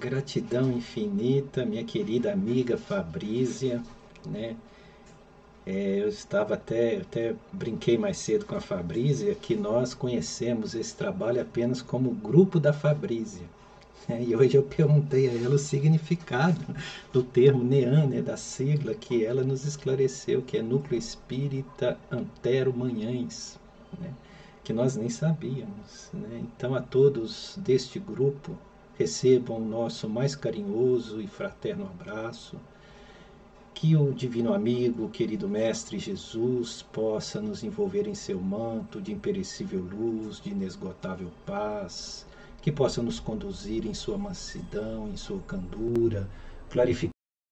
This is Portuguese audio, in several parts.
Gratidão infinita, minha querida amiga Fabrícia, né? Eu estava até brinquei mais cedo com a Fabrícia que nós conhecemos esse trabalho apenas como grupo da Fabrícia, né? E hoje eu perguntei a ela o significado do termo NEAN, né, da sigla, que ela nos esclareceu, que é Núcleo Espírita Antero Manhães, né? Que nós nem sabíamos, né? Então, a todos deste grupo, recebam o nosso mais carinhoso e fraterno abraço. Que o Divino Amigo, o querido Mestre Jesus, possa nos envolver em seu manto de imperecível luz, de inesgotável paz, que possa nos conduzir em sua mansidão, em sua candura, clarificações,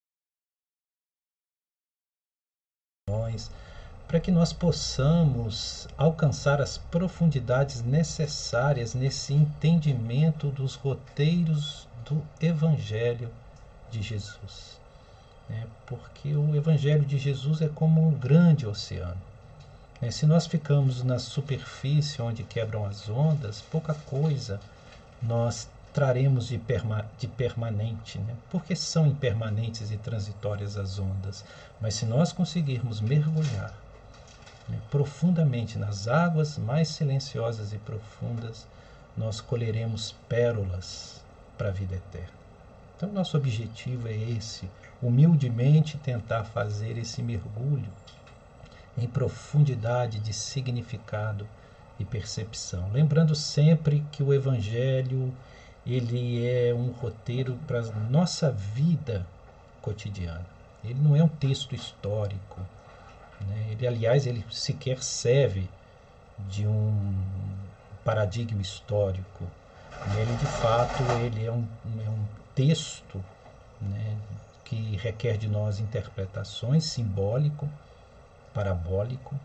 para que nós possamos alcançar as profundidades necessárias nesse entendimento dos roteiros do Evangelho de Jesus. Porque o Evangelho de Jesus é como um grande oceano. Se nós ficamos na superfície onde quebram as ondas, pouca coisa nós traremos de permanente, porque são impermanentes e transitórias as ondas. Mas se nós conseguirmos mergulhar profundamente nas águas mais silenciosas e profundas, nós colheremos pérolas para a vida eterna. Então, nosso objetivo é esse, humildemente tentar fazer esse mergulho em profundidade de significado e percepção. Lembrando sempre que o Evangelho ele é um roteiro para a nossa vida cotidiana. Ele não é um texto histórico. Ele, aliás, ele sequer serve de um paradigma histórico. Ele, de fato, ele é um texto, que requer de nós interpretações, simbólico, parabólico,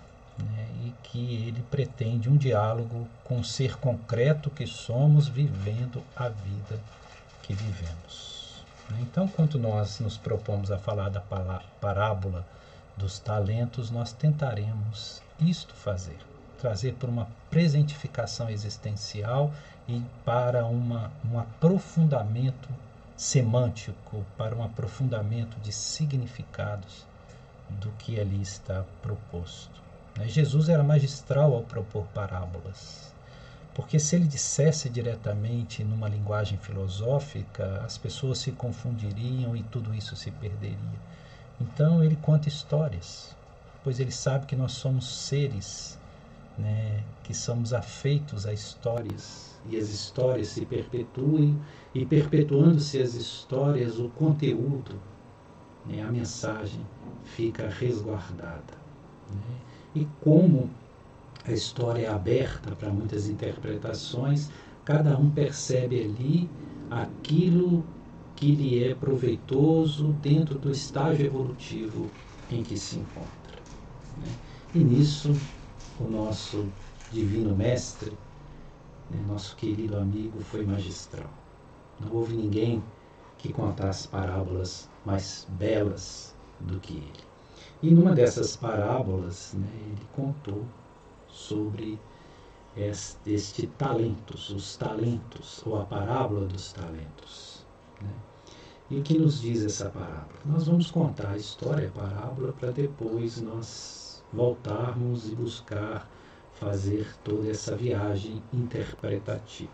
e que ele pretende um diálogo com o ser concreto que somos, vivendo a vida que vivemos. Então, quando nós nos propomos a falar da parábola dos talentos, nós tentaremos isto fazer, trazer por uma presentificação existencial e para um aprofundamento semântico, para um aprofundamento de significados do que ali está proposto. Jesus era magistral ao propor parábolas, porque se ele dissesse diretamente numa linguagem filosófica, as pessoas se confundiriam e tudo isso se perderia. Então ele conta histórias, pois ele sabe que nós somos seres, que somos afeitos a histórias, e as histórias se perpetuem, e perpetuando-se as histórias, o conteúdo, a mensagem fica resguardada. E como a história é aberta para muitas interpretações, cada um percebe ali aquilo que lhe é proveitoso dentro do estágio evolutivo em que se encontra. E nisso, o nosso Divino Mestre, nosso querido amigo, foi magistral. Não houve ninguém que contasse parábolas mais belas do que ele. E numa dessas parábolas, ele contou sobre este talentos, os talentos, ou a parábola dos talentos. E o que nos diz essa parábola? Nós vamos contar a história, a parábola, para depois nós voltarmos e buscar fazer toda essa viagem interpretativa.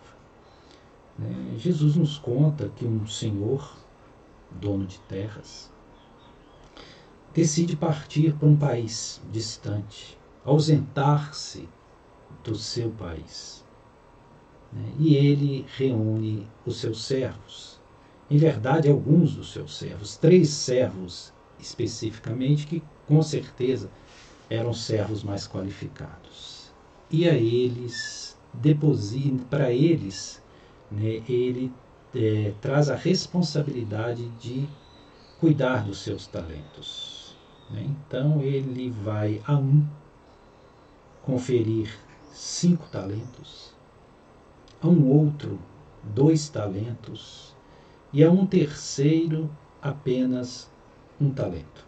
Jesus nos conta que um senhor, dono de terras, decide partir para um país distante, ausentar-se do seu país. E ele reúne os seus servos. Em verdade, alguns dos seus servos, 3 servos especificamente, que com certeza eram servos mais qualificados. E a eles deposita, para eles, ele traz a responsabilidade de cuidar dos seus talentos. Então ele vai a um conferir 5 talentos, a um outro 2 talentos e a um terceiro apenas 1 talento.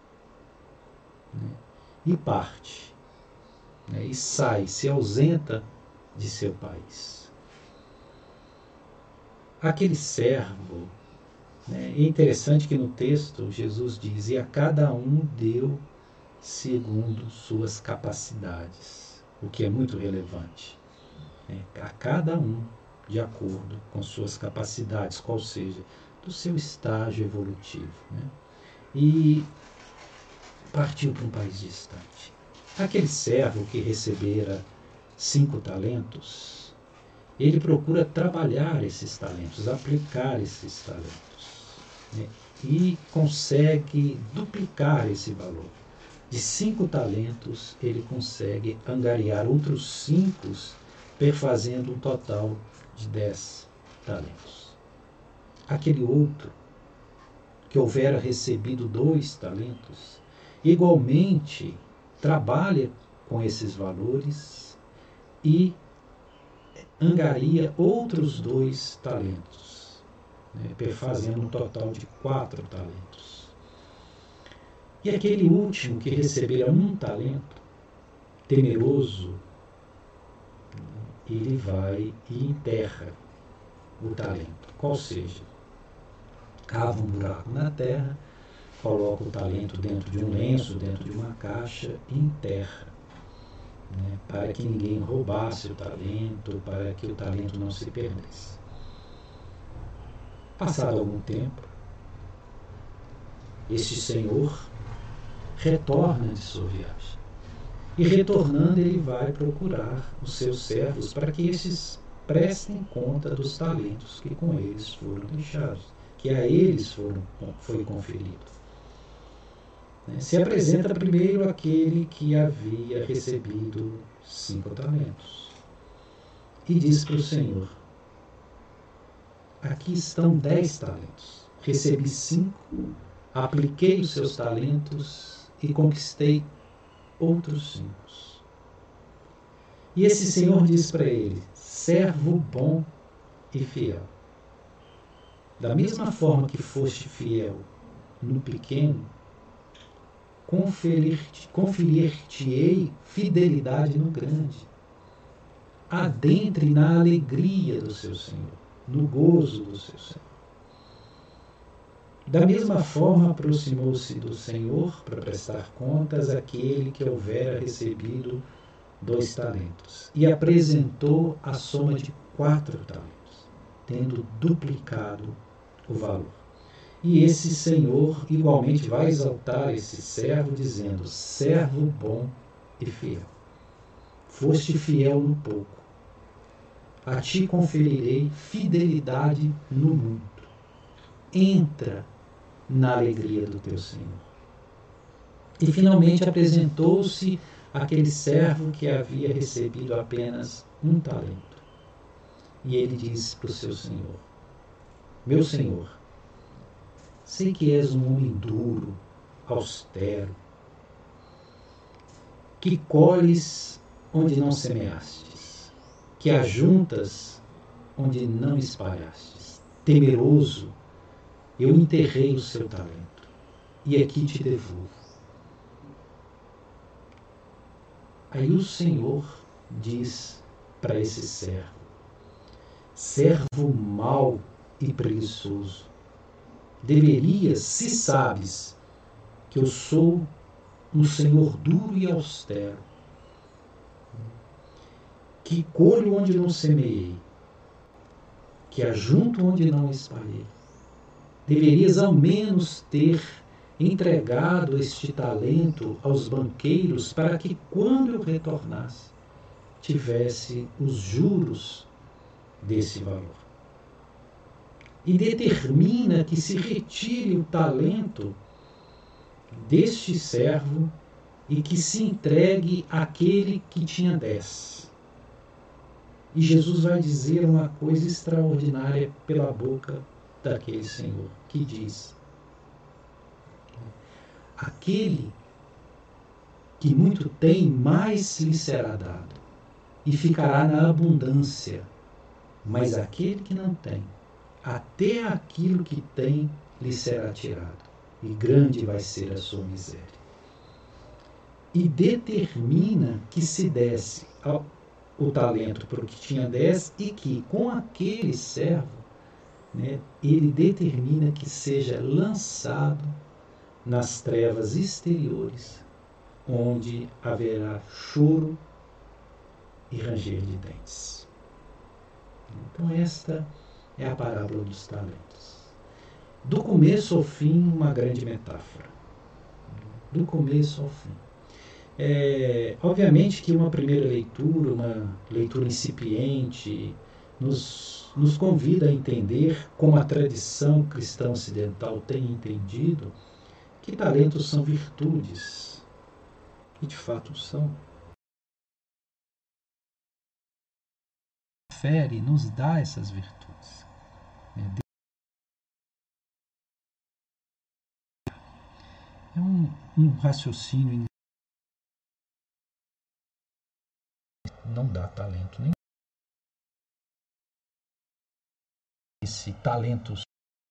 E parte, e sai, se ausenta de seu país. Aquele servo, né, é interessante que no texto Jesus diz: e a cada um deu segundo suas capacidades, o que é muito relevante. Né? A cada um de acordo com suas capacidades, qual seja, do seu estágio evolutivo. Né? E partiu para um país distante. Aquele servo que recebera 5 talentos, ele procura trabalhar esses talentos, aplicar esses talentos, né? E consegue duplicar esse valor. De 5 talentos, ele consegue angariar outros 5, perfazendo um total de 10 talentos. Aquele outro, que houvera recebido 2 talentos, igualmente trabalha com esses valores e angaria outros 2 talentos, né, perfazendo um total de 4 talentos. E aquele último que recebera 1 talento, temeroso, ele vai e enterra o talento. Qual seja, cava um buraco na terra, coloca o talento dentro de um lenço, dentro de uma caixa e enterra, né, para que ninguém roubasse o talento, para que o talento não se perdesse. Passado algum tempo, este senhor retorna de sua viagem. E retornando, ele vai procurar os seus servos para que esses prestem conta dos talentos que com eles foram deixados, que a eles foi conferido. Se apresenta primeiro aquele que havia recebido 5 talentos e diz para o Senhor: aqui estão 10 talentos, recebi 5, apliquei os seus talentos e conquistei outros 5. E esse Senhor diz para ele: servo bom e fiel. Da mesma forma que foste fiel no pequeno, conferir-te-ei fidelidade no grande. Adentre na alegria do seu Senhor, no gozo do seu Senhor. Da mesma forma, aproximou-se do Senhor para prestar contas aquele que houvera recebido 2 talentos e apresentou a soma de 4 talentos, tendo duplicado o valor. E esse Senhor igualmente vai exaltar esse servo, dizendo: servo bom e fiel. Foste fiel no pouco, a ti conferirei fidelidade no muito. Entra na alegria do teu Senhor. E finalmente apresentou-se aquele servo que havia recebido apenas 1 talento. E ele disse para o seu Senhor: meu Senhor, sei que és um homem duro, austero, que colhes onde não semeastes, que ajuntas onde não espalhastes. Temeroso, eu enterrei o seu talento, e aqui te devolvo. Aí o Senhor diz para esse servo: servo mau e preguiçoso, deverias, se sabes que eu sou um Senhor duro e austero, que colho onde não semeei, que ajunto onde não espalhei, deverias ao menos ter entregado este talento aos banqueiros para que, quando eu retornasse, tivesse os juros desse valor. E determina que se retire o talento deste servo e que se entregue àquele que tinha 10. E Jesus vai dizer uma coisa extraordinária pela boca daquele Senhor, que diz: aquele que muito tem, mais lhe será dado, e ficará na abundância. Mas aquele que não tem, até aquilo que tem lhe será tirado, e grande vai ser a sua miséria. E determina que se desse o talento para o que tinha 10 e que com aquele servo né, ele determina que seja lançado nas trevas exteriores, onde haverá choro e ranger de dentes. Então esta é a parábola dos talentos. Do começo ao fim, uma grande metáfora. Do começo ao fim. Obviamente que uma primeira leitura, uma leitura incipiente, nos convida a entender, como a tradição cristã ocidental tem entendido, que talentos são virtudes. E de fato são. Confere, nos dá essas virtudes. É um raciocínio. Não dá talento nenhum. Esse talentos,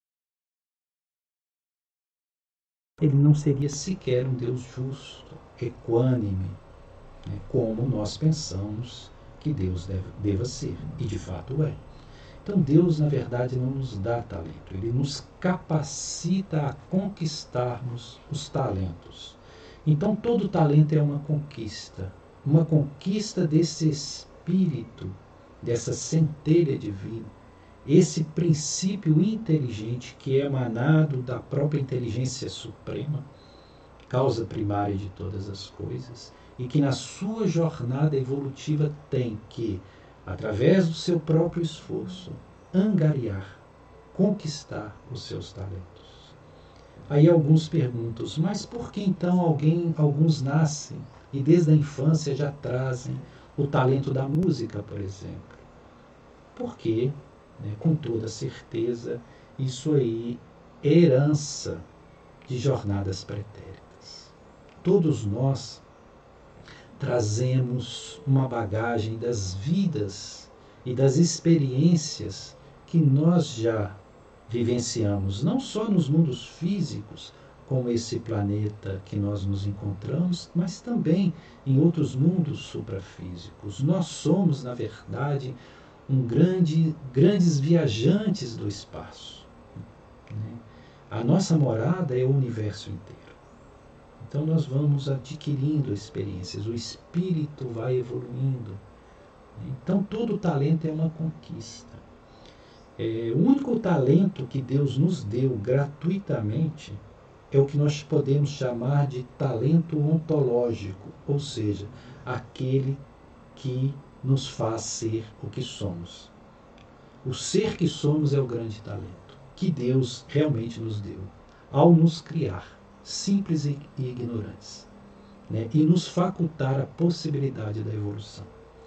ele não seria sequer um Deus justo, equânime, né, como nós pensamos que Deus deva ser, e de fato é. Então Deus, na verdade, não nos dá talento, Ele nos capacita a conquistarmos os talentos. Então todo talento é uma conquista desse espírito, dessa centelha divina, esse princípio inteligente que é emanado da própria inteligência suprema, causa primária de todas as coisas, e que na sua jornada evolutiva tem que, através do seu próprio esforço, angariar, conquistar os seus talentos. Aí alguns perguntam, mas por que então alguns nascem e desde a infância já trazem o talento da música, por exemplo? Porque, né, com toda certeza, isso aí é herança de jornadas pretéritas. Todos nós trazemos uma bagagem das vidas e das experiências que nós já vivenciamos, não só nos mundos físicos, como esse planeta que nós nos encontramos, mas também em outros mundos suprafísicos. Nós somos, na verdade, grandes viajantes do espaço. A nossa morada é o universo inteiro. Então nós vamos adquirindo experiências, o espírito vai evoluindo. Então todo talento é uma conquista. O único talento que Deus nos deu gratuitamente é o que nós podemos chamar de talento ontológico, ou seja, aquele que nos faz ser o que somos. O ser que somos é o grande talento que Deus realmente nos deu ao nos criar simples e ignorantes, né, e nos facultar a possibilidade da evolução.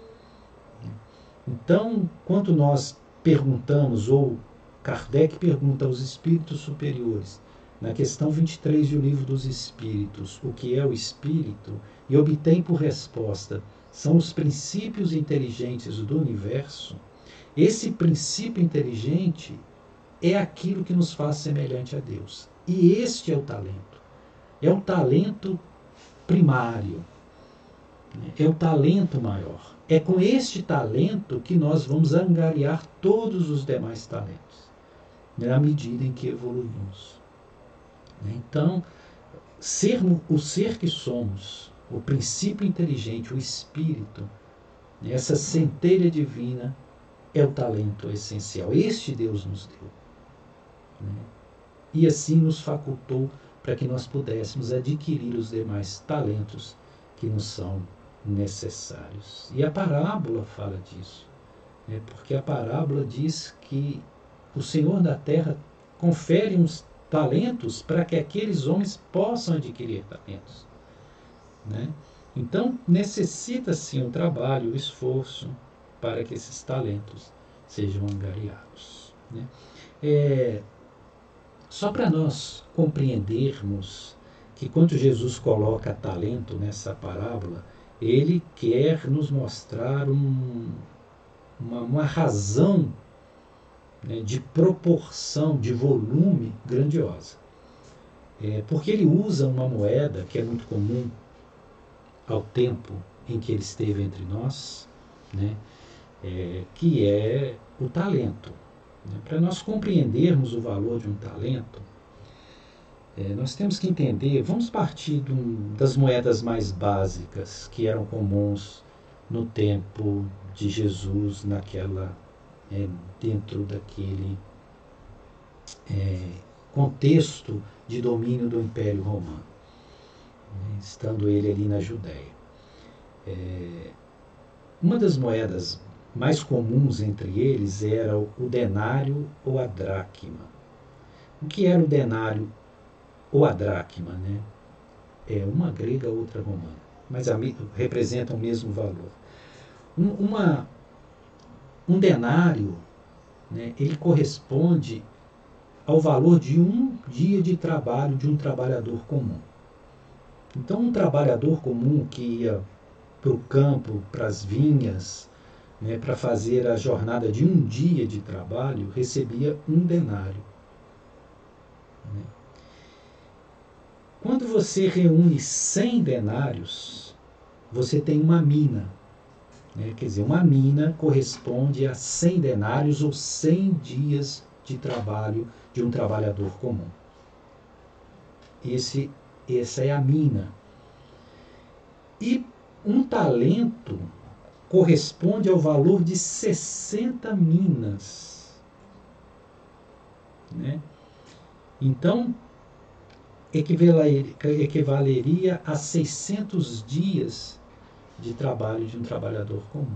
Então, quando nós perguntamos, ou Kardec pergunta aos espíritos superiores, na questão 23 do Livro dos Espíritos, o que é o espírito, e obtém por resposta, são os princípios inteligentes do universo. Esse princípio inteligente é aquilo que nos faz semelhante a Deus. E este é o talento. É o talento primário. É o talento maior. É com este talento que nós vamos angariar todos os demais talentos, na medida em que evoluímos. Então, o ser que somos, o princípio inteligente, o espírito, essa centelha divina, é o talento essencial. Este Deus nos deu. E assim nos facultou para que nós pudéssemos adquirir os demais talentos que nos são necessários. E a parábola fala disso, porque a parábola diz que o Senhor da terra confere uns talentos para que aqueles homens possam adquirir talentos. Então, necessita-se um trabalho, um esforço para que esses talentos sejam angariados. Só para nós compreendermos que quando Jesus coloca talento nessa parábola, ele quer nos mostrar uma razão, de proporção, de volume grandiosa. Porque ele usa uma moeda que é muito comum ao tempo em que ele esteve entre nós, que é o talento. Para nós compreendermos o valor de um talento, nós temos que entender, vamos partir das moedas mais básicas que eram comuns no tempo de Jesus, dentro daquele contexto de domínio do Império Romano, estando ele ali na Judéia. Uma das moedas mais comuns entre eles era o denário ou a dracma. O que era o denário ou a dracma? Uma grega, outra romana, mas representam o mesmo valor. Um denário, ele corresponde ao valor de um dia de trabalho de um trabalhador comum. Então, um trabalhador comum que ia para o campo, para as vinhas, para fazer a jornada de um dia de trabalho, recebia um denário. Quando você reúne 100 denários, você tem uma mina. Quer dizer, uma mina corresponde a 100 denários ou 100 dias de trabalho de um trabalhador comum. Essa é a mina. E um talento corresponde ao valor de 60 minas. Então, equivaleria a 600 dias de trabalho de um trabalhador comum.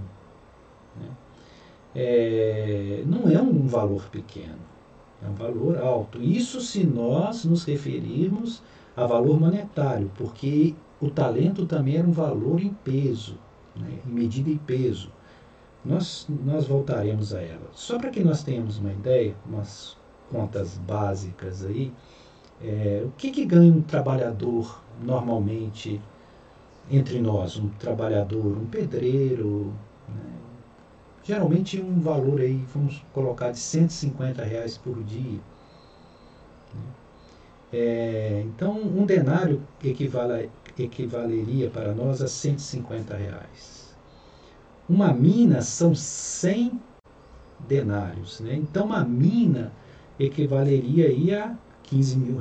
Não é um valor pequeno, é um valor alto. Isso se nós nos referirmos a valor monetário, porque o talento também era um valor em peso, em medida em peso. Nós voltaremos a ela. Só para que nós tenhamos uma ideia, umas contas básicas aí, o que ganha um trabalhador normalmente entre nós? Um trabalhador, um pedreiro, geralmente um valor aí, vamos colocar, de R$150 por dia. Então, um denário equivaleria para nós a R$150. Uma mina são 100 denários. Então, uma mina equivaleria aí a R$15 mil.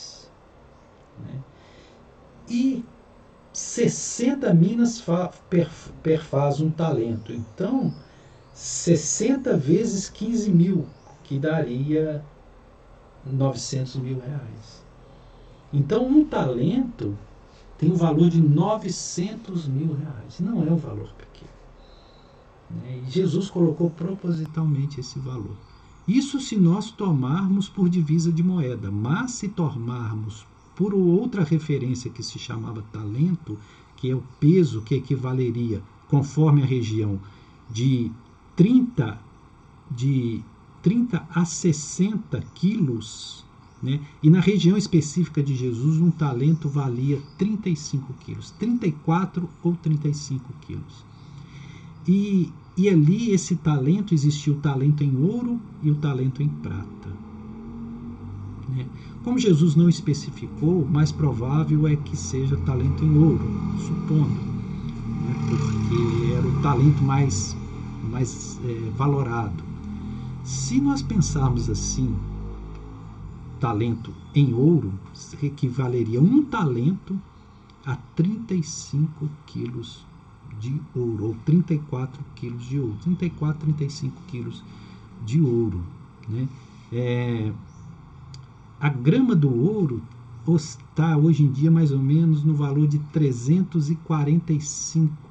E 60 minas perfaz um talento. Então, 60 vezes 15 mil, que daria R$900 mil. Então, um talento tem um valor de R$900 mil. Não é um valor pequeno. E Jesus colocou propositalmente esse valor. Isso se nós tomarmos por divisa de moeda, mas se tomarmos por outra referência que se chamava talento, que é o peso que equivaleria, conforme a região, de 30 a 60 quilos, e na região específica de Jesus, um talento valia 35 quilos, 34 ou 35 quilos. E ali, esse talento, existia o talento em ouro e o talento em prata. Como Jesus não especificou, o mais provável é que seja talento em ouro, supondo, porque era o talento mais valorado. Se nós pensarmos assim, talento em ouro equivaleria um talento a 35 quilos de ouro, ou 34 quilos de ouro, 34, 35 quilos de ouro. A grama do ouro está hoje em dia mais ou menos no valor de R$345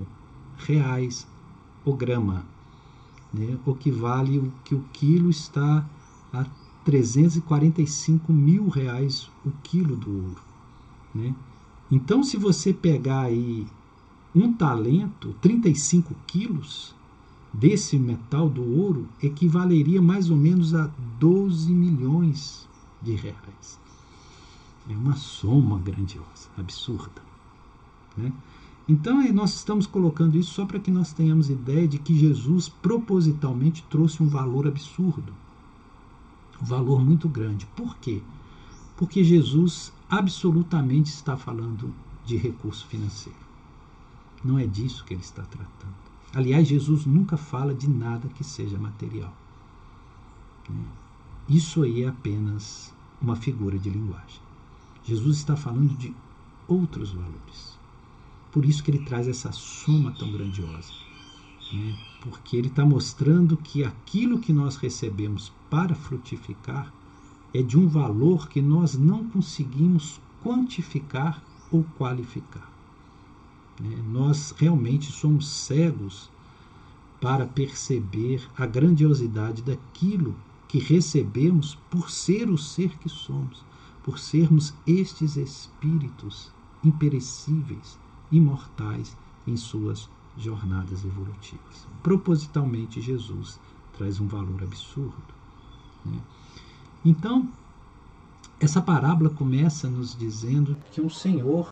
o grama, o que vale o que o quilo está a R$345 mil o quilo do ouro. Então, se você pegar aí um talento, 35 quilos desse metal do ouro, equivaleria mais ou menos a 12 milhões de reais. É uma soma grandiosa, absurda. Então, nós estamos colocando isso só para que nós tenhamos ideia de que Jesus propositalmente trouxe um valor absurdo, um valor muito grande. Por quê? Porque Jesus absolutamente está falando de recurso financeiro. Não é disso que ele está tratando. Aliás, Jesus nunca fala de nada que seja material. Isso aí é apenas uma figura de linguagem. Jesus está falando de outros valores. Por isso que ele traz essa soma tão grandiosa, né? Porque ele está mostrando que aquilo que nós recebemos para frutificar é de um valor que nós não conseguimos quantificar ou qualificar. Nós realmente somos cegos para perceber a grandiosidade daquilo que recebemos por ser o ser que somos, por sermos estes espíritos imperecíveis, imortais em suas jornadas evolutivas. Propositalmente, Jesus traz um valor absurdo, né? Então, essa parábola começa nos dizendo que um Senhor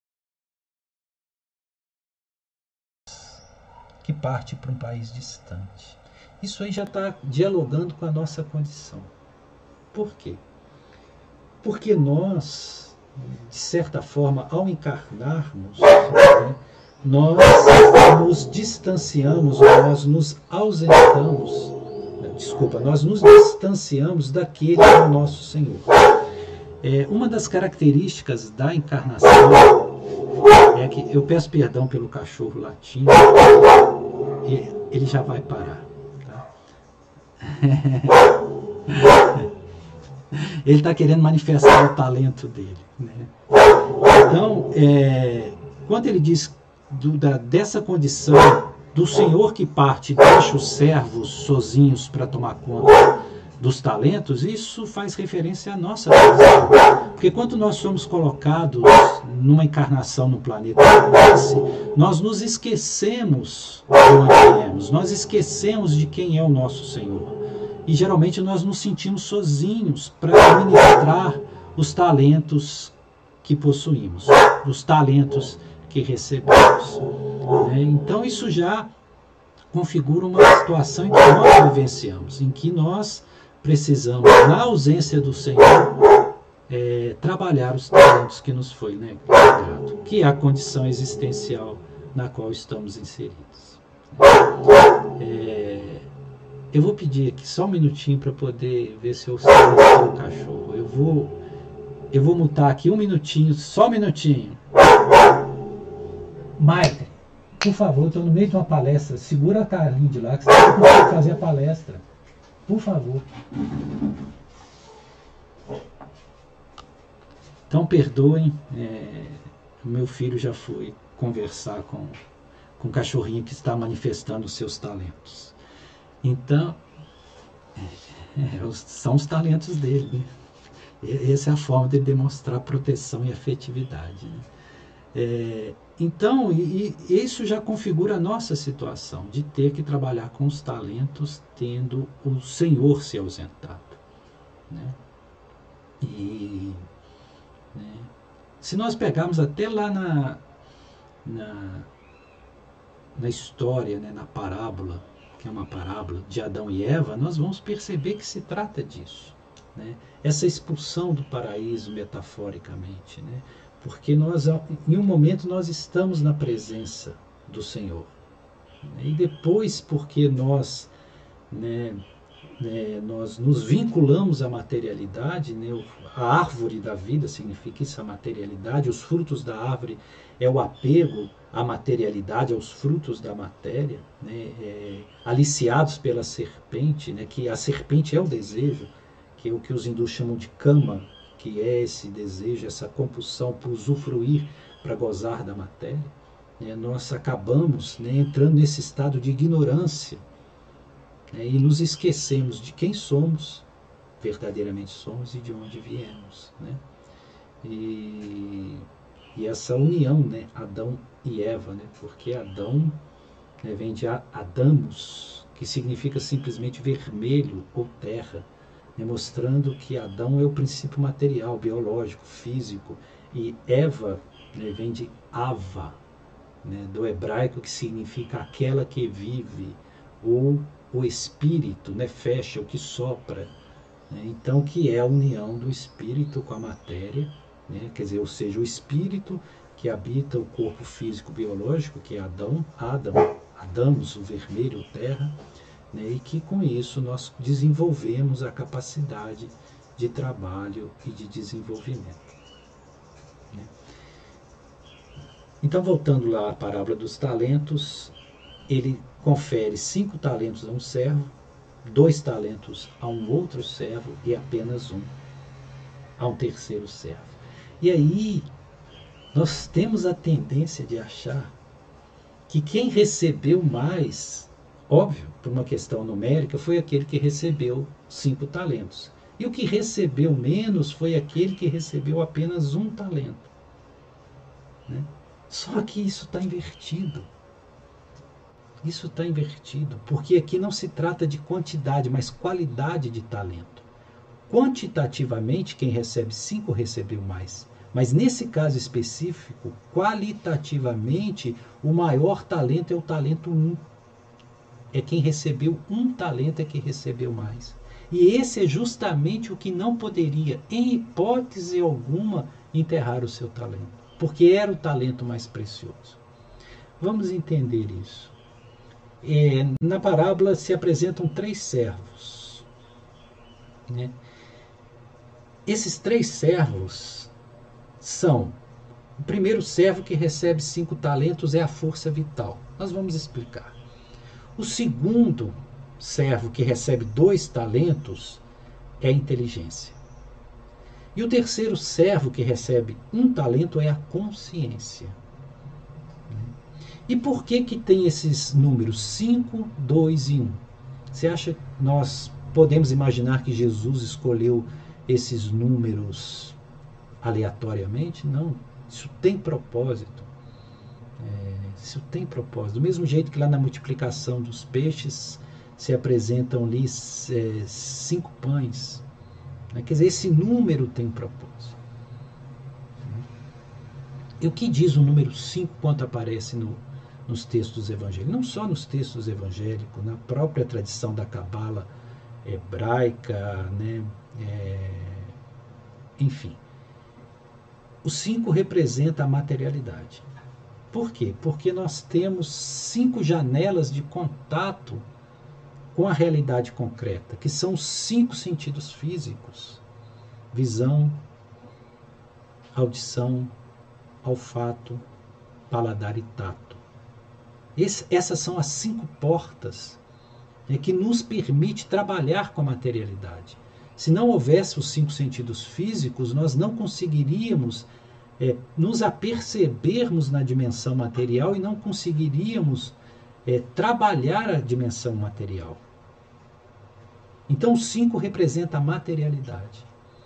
que parte para um país distante. Isso aí já está dialogando com a nossa condição. Por quê? Porque nós, de certa forma, ao encarnarmos, né, nós nos distanciamos, nós nos ausentamos, nós nos distanciamos daquele que é o nosso Senhor. Uma das características da encarnação é que, eu peço perdão pelo cachorro latindo, ele já vai parar. Tá? Ele está querendo manifestar o talento dele, né? Então, quando ele diz dessa condição do Senhor que parte e deixa os servos sozinhos para tomar conta dos talentos, isso faz referência à nossa condição. Porque quando nós somos colocados numa encarnação no planeta esse, nós nos esquecemos de onde viemos, nós esquecemos de quem é o nosso Senhor. E geralmente nós nos sentimos sozinhos para administrar os talentos que possuímos, os talentos que recebemos. Então isso já configura uma situação em que nós vivenciamos, em que nós precisamos, na ausência do Senhor, trabalhar os talentos que nos foi negado, que é a condição existencial na qual estamos inseridos. Eu vou pedir aqui só um minutinho para poder ver se eu silencio o cachorro. Eu vou mutar aqui um minutinho, só um minutinho. Maitre, por favor, estou no meio de uma palestra. Segura a Carlinhos de lá, que você não consegue fazer a palestra. Por favor. Então, perdoem, o meu filho já foi conversar com o cachorrinho que está manifestando os seus talentos. Então, são os talentos dele, né? Essa é a forma de demonstrar proteção e afetividade, né? Então, isso já configura a nossa situação, de ter que trabalhar com os talentos, tendo o Senhor se ausentado, né? Se nós pegarmos até lá na história, né, na parábola, que é uma parábola de Adão e Eva, nós vamos perceber que se trata disso, né? Essa expulsão do paraíso, metaforicamente, né? Porque em um momento nós estamos na presença do Senhor, né? E depois, porque nós nos vinculamos à materialidade, né? A árvore da vida significa isso, a materialidade, os frutos da árvore é o apego à materialidade, aos frutos da matéria, né? Aliciados pela serpente, né? Que a serpente é o desejo, que é o que os hindus chamam de kama, que é esse desejo, essa compulsão por usufruir, para gozar da matéria, né? Nós acabamos, né, entrando nesse estado de ignorância, né, e nos esquecemos de quem somos, verdadeiramente somos, e de onde viemos, né? E essa união, né, Adão e Eva, né, porque Adão, né, vem de Adamos, que significa simplesmente vermelho ou terra, né, mostrando que Adão é o princípio material, biológico, físico, e Eva, né, vem de Ava, né, do hebraico, que significa aquela que vive, ou o espírito, né, fecha, o que sopra, né? Então, que é a união do espírito com a matéria, né? Quer dizer, ou seja, o espírito que habita o corpo físico biológico, que é Adão, Adamos, o vermelho, terra, né? E que com isso nós desenvolvemos a capacidade de trabalho e de desenvolvimento, né? Então, voltando lá à parábola dos talentos, ele confere 5 talentos a um servo, 2 talentos a um outro servo e apenas um a um terceiro servo. E aí nós temos a tendência de achar que quem recebeu mais, óbvio, por uma questão numérica, foi aquele que recebeu 5 talentos. E o que recebeu menos foi aquele que recebeu apenas um talento, né? Só que isso está invertido. Isso está invertido, porque aqui não se trata de quantidade, mas qualidade de talento. Quantitativamente, quem recebe 5 recebeu mais. Mas nesse caso específico, qualitativamente, o maior talento é o talento 1. É quem recebeu um talento é que recebeu mais. E esse é justamente o que não poderia, em hipótese alguma, enterrar o seu talento, porque era o talento mais precioso. Vamos entender isso. Na parábola se apresentam 3 servos, né? Esses 3 servos são: o primeiro servo, que recebe 5 talentos, é a força vital. Nós vamos explicar. O segundo servo, que recebe 2 talentos, é a inteligência. E o terceiro servo, que recebe 1 talento, é a consciência. E por que tem esses números 5, 2 e 1? Você acha que nós podemos imaginar que Jesus escolheu esses números aleatoriamente? Não. Isso tem propósito. Isso tem propósito. Do mesmo jeito que lá na multiplicação dos peixes se apresentam ali 5 pães. Quer dizer, esse número tem um propósito. E o que diz o número 5 quando aparece nos textos evangélicos? Não só nos textos evangélicos, na própria tradição da Cabala hebraica, né? Enfim. O 5 representa a materialidade. Por quê? Porque nós temos 5 janelas de contato com a realidade concreta, que são os 5 sentidos físicos: visão, audição, olfato, paladar e tato. Essas são as 5 portas, né, que nos permite trabalhar com a materialidade. Se não houvesse os 5 sentidos físicos, nós não conseguiríamos nos apercebermos na dimensão material e não conseguiríamos trabalhar a dimensão material. Então o 5 representa a materialidade.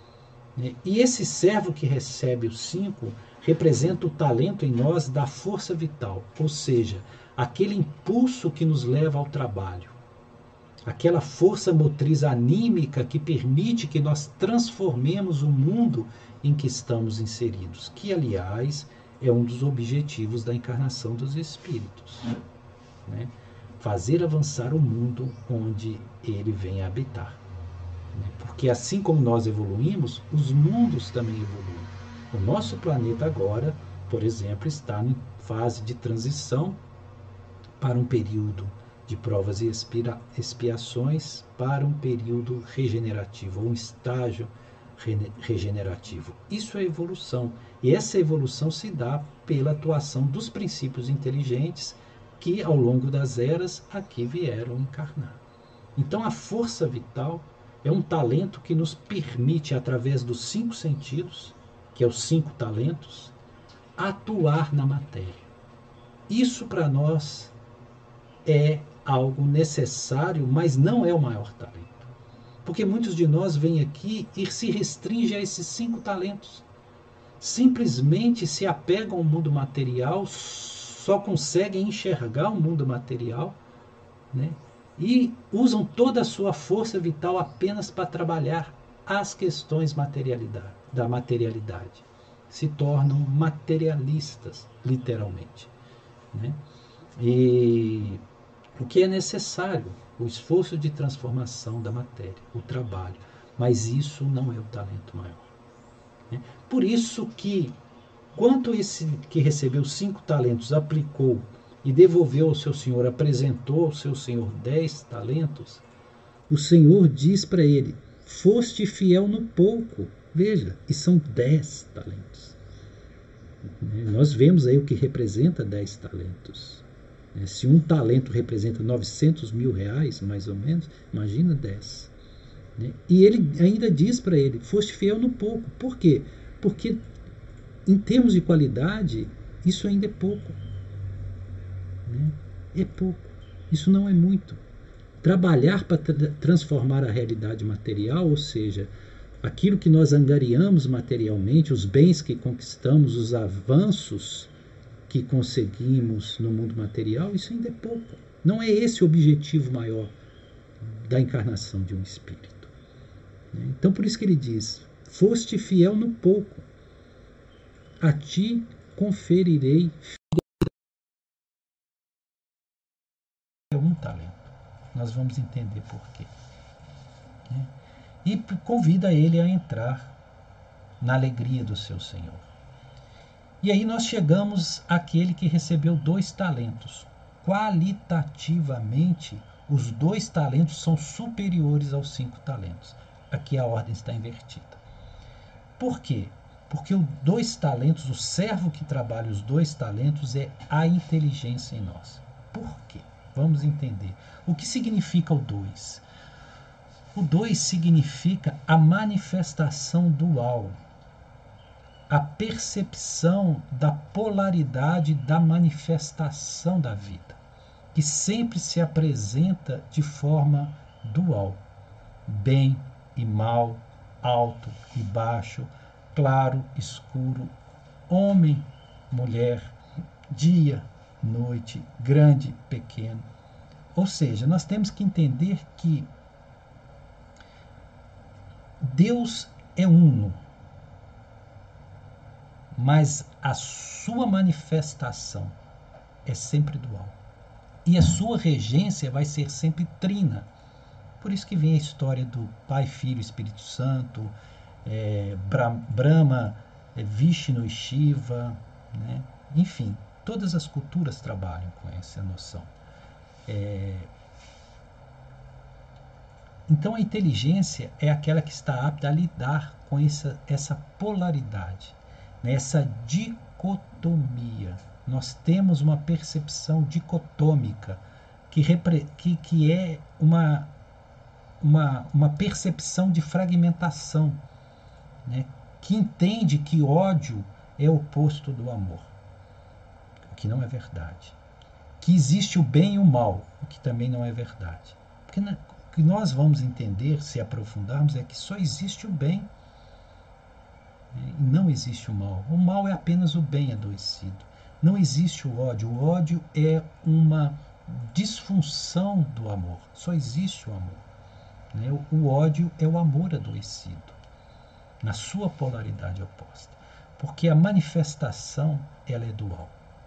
E esse servo que recebe o 5 representa o talento em nós da força vital, ou seja, aquele impulso que nos leva ao trabalho, aquela força motriz anímica que permite que nós transformemos o mundo em que estamos inseridos, que, aliás, é um dos objetivos da encarnação dos espíritos, né? Fazer avançar o mundo onde ele vem habitar. Porque assim como nós evoluímos, os mundos também evoluem. O nosso planeta agora, por exemplo, está em fase de transição para um período de provas e expiações, para um período regenerativo, ou um estágio regenerativo. Isso é evolução. E essa evolução se dá pela atuação dos princípios inteligentes que, ao longo das eras, aqui vieram encarnar. Então, a força vital é um talento que nos permite, através dos 5 sentidos, que é os 5 talentos, atuar na matéria. Isso, para nós, é algo necessário, mas não é o maior talento. Porque muitos de nós vêm aqui e se restringem a esses 5 talentos. Simplesmente se apegam ao mundo material, só conseguem enxergar o mundo material, né? E usam toda a sua força vital apenas para trabalhar as questões da materialidade. Se tornam materialistas, literalmente, né? E o que é necessário? O esforço de transformação da matéria, o trabalho. Mas isso não é o talento maior, né? Por isso que, quanto esse que recebeu 5 talentos aplicou e devolveu ao seu senhor, apresentou ao seu senhor 10 talentos, o Senhor diz para ele: foste fiel no pouco. Veja, e são 10 talentos. Nós vemos aí o que representa 10 talentos. Se um talento representa 900 mil reais, mais ou menos, imagina 10. E ele ainda diz para ele: foste fiel no pouco. Por quê? Porque em termos de qualidade, isso ainda é pouco. É pouco. Isso não é muito. Trabalhar para transformar a realidade material, ou seja, aquilo que nós angariamos materialmente, os bens que conquistamos, os avanços que conseguimos no mundo material, isso ainda é pouco. Não é esse o objetivo maior da encarnação de um espírito. Então, por isso que ele diz: foste fiel no pouco, a ti conferirei um talento. Nós vamos entender por quê. E convida ele a entrar na alegria do seu Senhor. E aí nós chegamos àquele que recebeu 2 talentos. Qualitativamente, os 2 talentos são superiores aos 5 talentos. Aqui a ordem está invertida. Por quê? Porque os 2 talentos, o servo que trabalha os 2 talentos é a inteligência em nós. Por quê? Vamos entender. O que significa o 2? O 2 significa a manifestação dual, a percepção da polaridade da manifestação da vida, que sempre se apresenta de forma dual, bem e mal, alto e baixo, claro, escuro, homem, mulher, dia, noite, grande, pequeno. Ou seja, nós temos que entender que Deus é uno, mas a sua manifestação é sempre dual. E a sua regência vai ser sempre trina. Por isso que vem a história do Pai, Filho e Espírito Santo, Brahma, Vishnu e Shiva, né? Enfim, todas as culturas trabalham com essa noção. Então a inteligência é aquela que está apta a lidar com essa polaridade, né? Essa dicotomia. Nós temos uma percepção dicotômica que é uma percepção de fragmentação, né? Que entende que ódio é o oposto do amor, o que não é verdade. Que existe o bem e o mal, o que também não é verdade. Porque o que nós vamos entender, se aprofundarmos, é que só existe o bem e não existe o mal. O mal é apenas o bem adoecido. Não existe o ódio. O ódio é uma disfunção do amor. Só existe o amor. O ódio é o amor adoecido, na sua polaridade oposta. Porque a manifestação, ela é dual.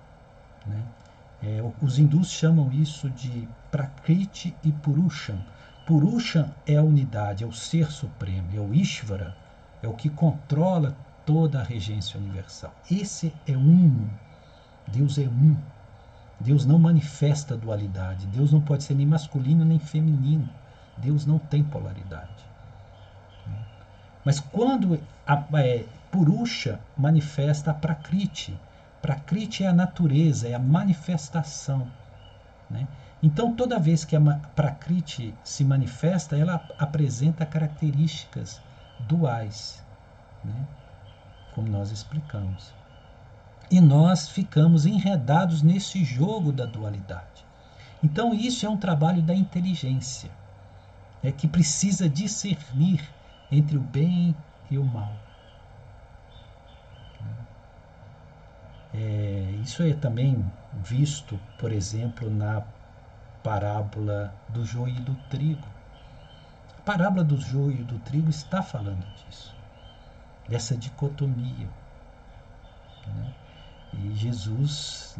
Os hindus chamam isso de Prakriti e Purusha. Purusha é a unidade, é o ser supremo, é o Ishvara, é o que controla toda a regência universal. Esse é um. Deus é um. Deus não manifesta dualidade. Deus não pode ser nem masculino nem feminino. Deus não tem polaridade. Mas quando Purusha manifesta a Prakriti. Prakriti é a natureza, é a manifestação. Então, toda vez que a Prakriti se manifesta, ela apresenta características duais, como nós explicamos. E nós ficamos enredados nesse jogo da dualidade. Então, isso é um trabalho da inteligência, que precisa discernir entre o bem e o mal. Isso é também visto, por exemplo, na parábola do joio e do trigo. A parábola do joio e do trigo está falando disso, dessa dicotomia. E Jesus,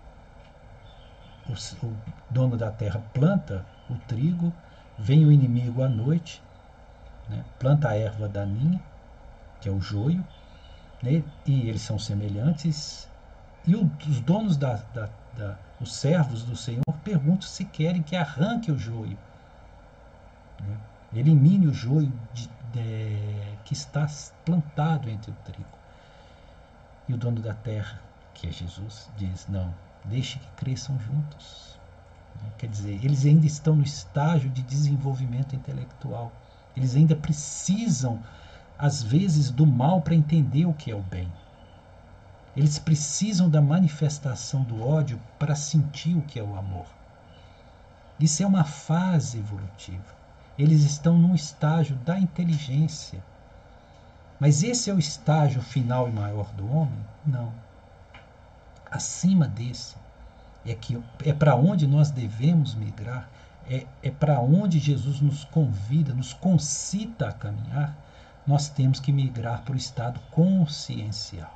o dono da terra, planta o trigo, vem o inimigo à noite, planta a erva daninha, que é o joio, e eles são semelhantes. E os donos os servos do Senhor perguntam se querem que arranque o joio, né? Elimine o joio que está plantado entre o trigo. E o dono da terra, que é Jesus, diz: não, deixe que cresçam juntos. Quer dizer, eles ainda estão no estágio de desenvolvimento intelectual. Eles ainda precisam, às vezes, do mal para entender o que é o bem. Eles precisam da manifestação do ódio para sentir o que é o amor. Isso é uma fase evolutiva. Eles estão num estágio da inteligência. Mas esse é o estágio final e maior do homem? Não. Acima desse, é para onde nós devemos migrar, é para onde Jesus nos convida, nos concita a caminhar. Nós temos que migrar para o estado consciencial.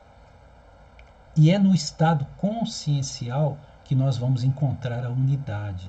E é no estado consciencial que nós vamos encontrar a unidade,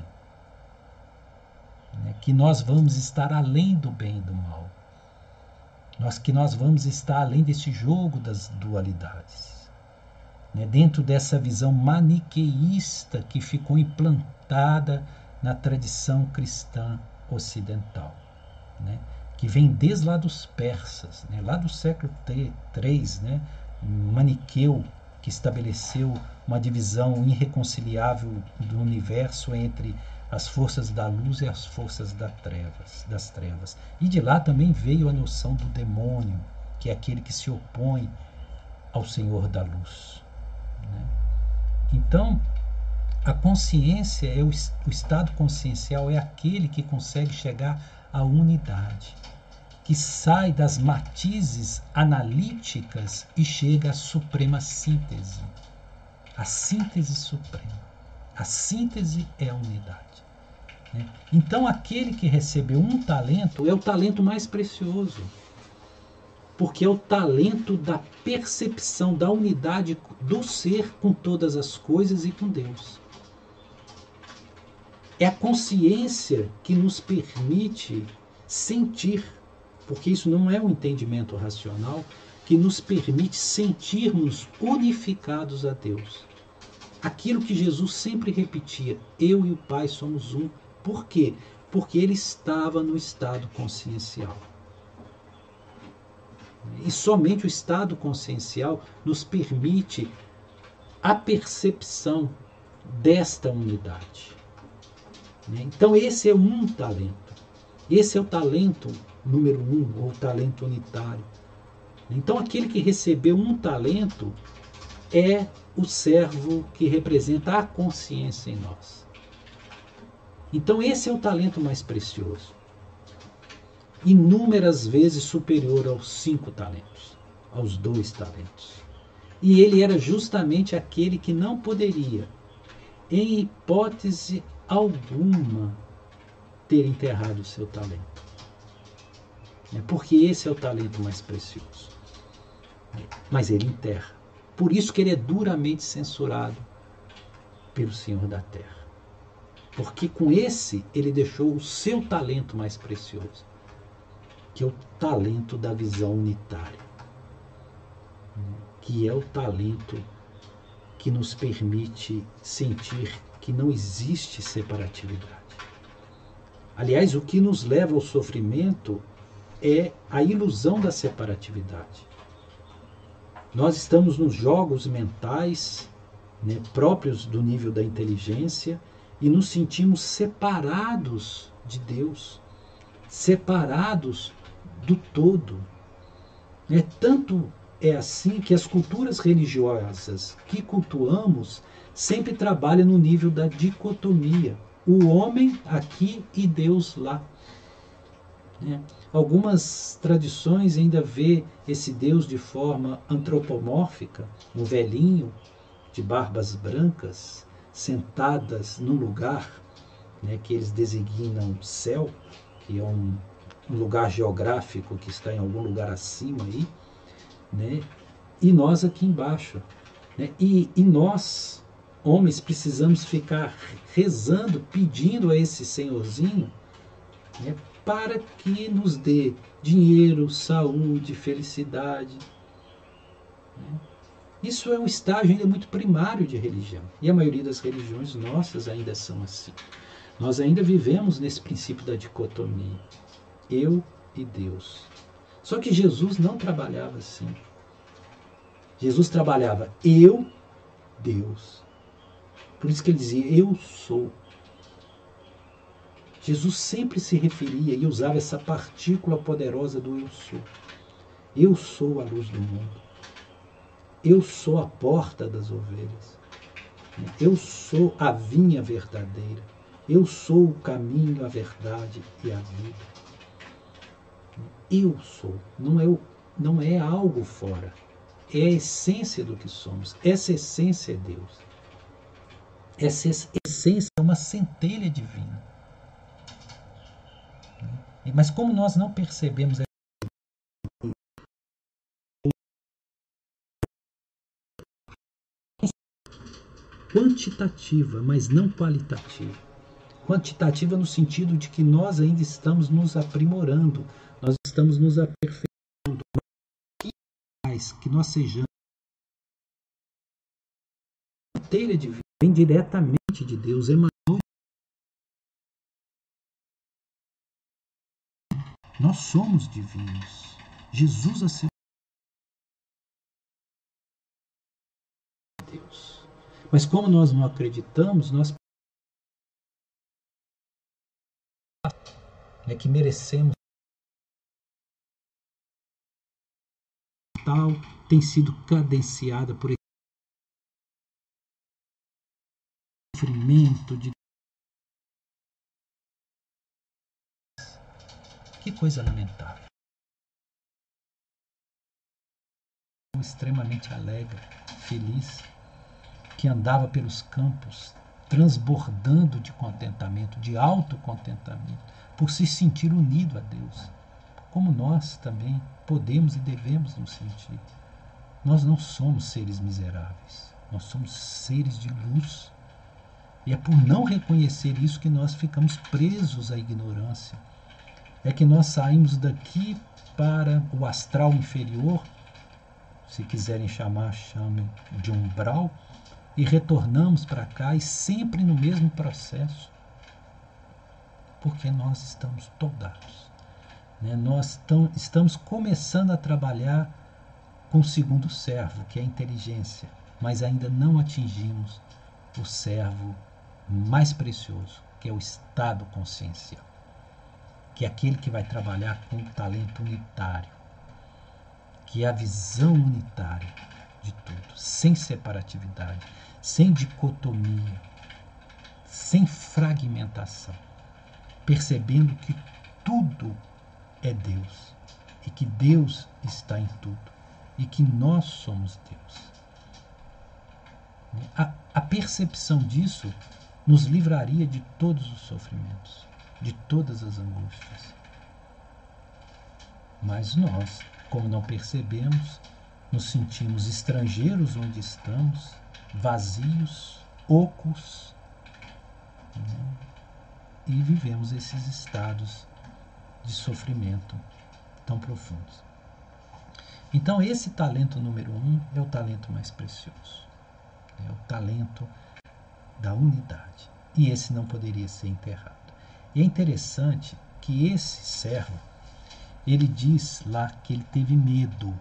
né? Que nós vamos estar além do bem e do mal. Que nós vamos estar além desse jogo das dualidades, né? Dentro dessa visão maniqueísta que ficou implantada na tradição cristã ocidental, né? Que vem desde lá dos persas, né? Lá do século III, né? Maniqueu, que estabeleceu uma divisão irreconciliável do universo entre as forças da luz e as forças das trevas. E de lá também veio a noção do demônio, que é aquele que se opõe ao Senhor da luz, né? Então, a consciência, o estado consciencial é aquele que consegue chegar à unidade, que sai das matizes analíticas e chega à suprema síntese. A síntese suprema. A síntese é a unidade, né? Então, aquele que recebeu um talento é o talento mais precioso, porque é o talento da percepção da unidade do ser com todas as coisas e com Deus. É a consciência que nos permite sentir, porque isso não é um entendimento racional, que nos permite sentirmos unificados a Deus. Aquilo que Jesus sempre repetia: eu e o Pai somos um. Por quê? Porque ele estava no estado consciencial. E somente o estado consciencial nos permite a percepção desta unidade. Então esse é um talento. Esse é o talento número 1, ou talento unitário. Então aquele que recebeu um talento é o servo que representa a consciência em nós. Então esse é o talento mais precioso. Inúmeras vezes superior aos 5 talentos, aos 2 talentos. E ele era justamente aquele que não poderia, em hipótese alguma, ter enterrado o seu talento. Porque esse é o talento mais precioso. Mas ele enterra. Por isso que ele é duramente censurado pelo Senhor da Terra. Porque com esse ele deixou o seu talento mais precioso, que é o talento da visão unitária, que é o talento que nos permite sentir que não existe separatividade. Aliás, o que nos leva ao sofrimento é a ilusão da separatividade. Nós estamos nos jogos mentais, próprios do nível da inteligência, e nos sentimos separados de Deus, separados do todo. Tanto é assim que as culturas religiosas que cultuamos sempre trabalham no nível da dicotomia. O homem aqui e Deus lá. Algumas tradições ainda vê esse Deus de forma antropomórfica, um velhinho de barbas brancas, sentadas num lugar, que eles designam céu, que é um lugar geográfico que está em algum lugar acima aí, e nós aqui embaixo. E nós, homens, precisamos ficar rezando, pedindo a esse senhorzinho, para que nos dê dinheiro, saúde, felicidade. Isso é um estágio ainda muito primário de religião. E a maioria das religiões nossas ainda são assim. Nós ainda vivemos nesse princípio da dicotomia. Eu e Deus. Só que Jesus não trabalhava assim. Jesus trabalhava eu, Deus. Por isso que ele dizia, eu sou. Jesus sempre se referia e usava essa partícula poderosa do eu sou. Eu sou a luz do mundo. Eu sou a porta das ovelhas. Eu sou a vinha verdadeira. Eu sou o caminho, a verdade e a vida. Eu sou. Não é algo fora. É a essência do que somos. Essa essência é Deus. Essa essência é uma centelha divina. Mas como nós não percebemos quantitativa, mas não qualitativa. Quantitativa no sentido de que nós ainda estamos nos aprimorando, nós estamos nos aperfeiçoando. Que nós sejamos inteira de vida, vem diretamente de Deus, emanou. Nós somos divinos. Jesus aceitou Deus. Mas como nós não acreditamos, nós é que merecemos tal tem sido cadenciada por esse sofrimento de que coisa lamentável. Extremamente alegre, feliz, que andava pelos campos transbordando de contentamento, de autocontentamento, por se sentir unido a Deus, como nós também podemos e devemos nos sentir. Nós não somos seres miseráveis, nós somos seres de luz. E é por não reconhecer isso que nós ficamos presos à ignorância. É que nós saímos daqui para o astral inferior, se quiserem chamar, chamem de umbral, e retornamos para cá e sempre no mesmo processo, porque nós estamos toldados. Nós estamos começando a trabalhar com o segundo servo, que é a inteligência, mas ainda não atingimos o servo mais precioso, que é o estado consciencial, que é aquele que vai trabalhar com o talento unitário, que é a visão unitária de tudo, sem separatividade, sem dicotomia, sem fragmentação, percebendo que tudo é Deus e que Deus está em tudo e que nós somos Deus. A percepção disso nos livraria de todos os sofrimentos, de todas as angústias. Mas nós, como não percebemos, nos sentimos estrangeiros onde estamos, vazios, ocos, e vivemos esses estados de sofrimento tão profundos. Então esse talento número 1 é o talento mais precioso, é o talento da unidade, e esse não poderia ser enterrado. E é interessante que esse servo, ele diz lá que ele teve medo,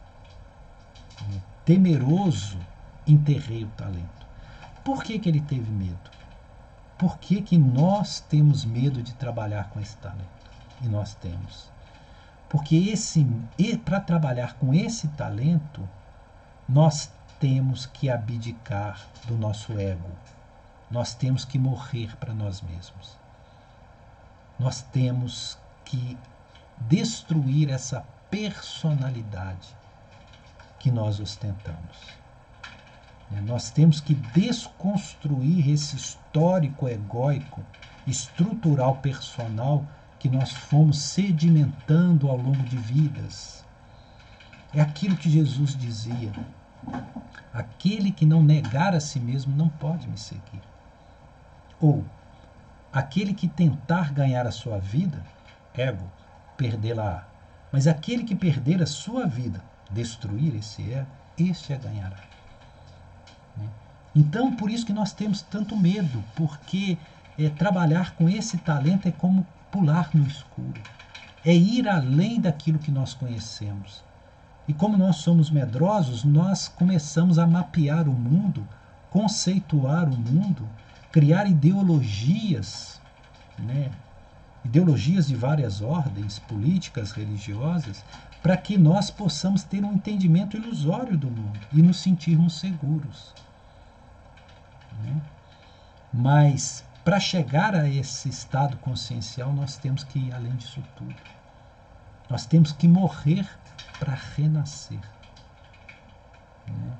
temeroso, enterrei o talento. Por que ele teve medo? Por que nós temos medo de trabalhar com esse talento? E nós temos. Porque para trabalhar com esse talento, nós temos que abdicar do nosso ego. Nós temos que morrer para nós mesmos. Nós temos que destruir essa personalidade que nós ostentamos. Nós temos que desconstruir esse histórico egóico, estrutural personal que nós fomos sedimentando ao longo de vidas. É aquilo que Jesus dizia: aquele que não negar a si mesmo não pode me seguir. Ou, aquele que tentar ganhar a sua vida, ego, perdê-la-á. Mas aquele que perder a sua vida, destruir esse ego, este a ganhará. Né? Então, por isso que nós temos tanto medo, porque trabalhar com esse talento é como pular no escuro. É ir além daquilo que nós conhecemos. E como nós somos medrosos, nós começamos a mapear o mundo, conceituar o mundo, criar ideologias, né? Ideologias de várias ordens, políticas, religiosas, para que nós possamos ter um entendimento ilusório do mundo e nos sentirmos seguros. Né? Mas, para chegar a esse estado consciencial, nós temos que ir além disso tudo. Nós temos que morrer para renascer. Né?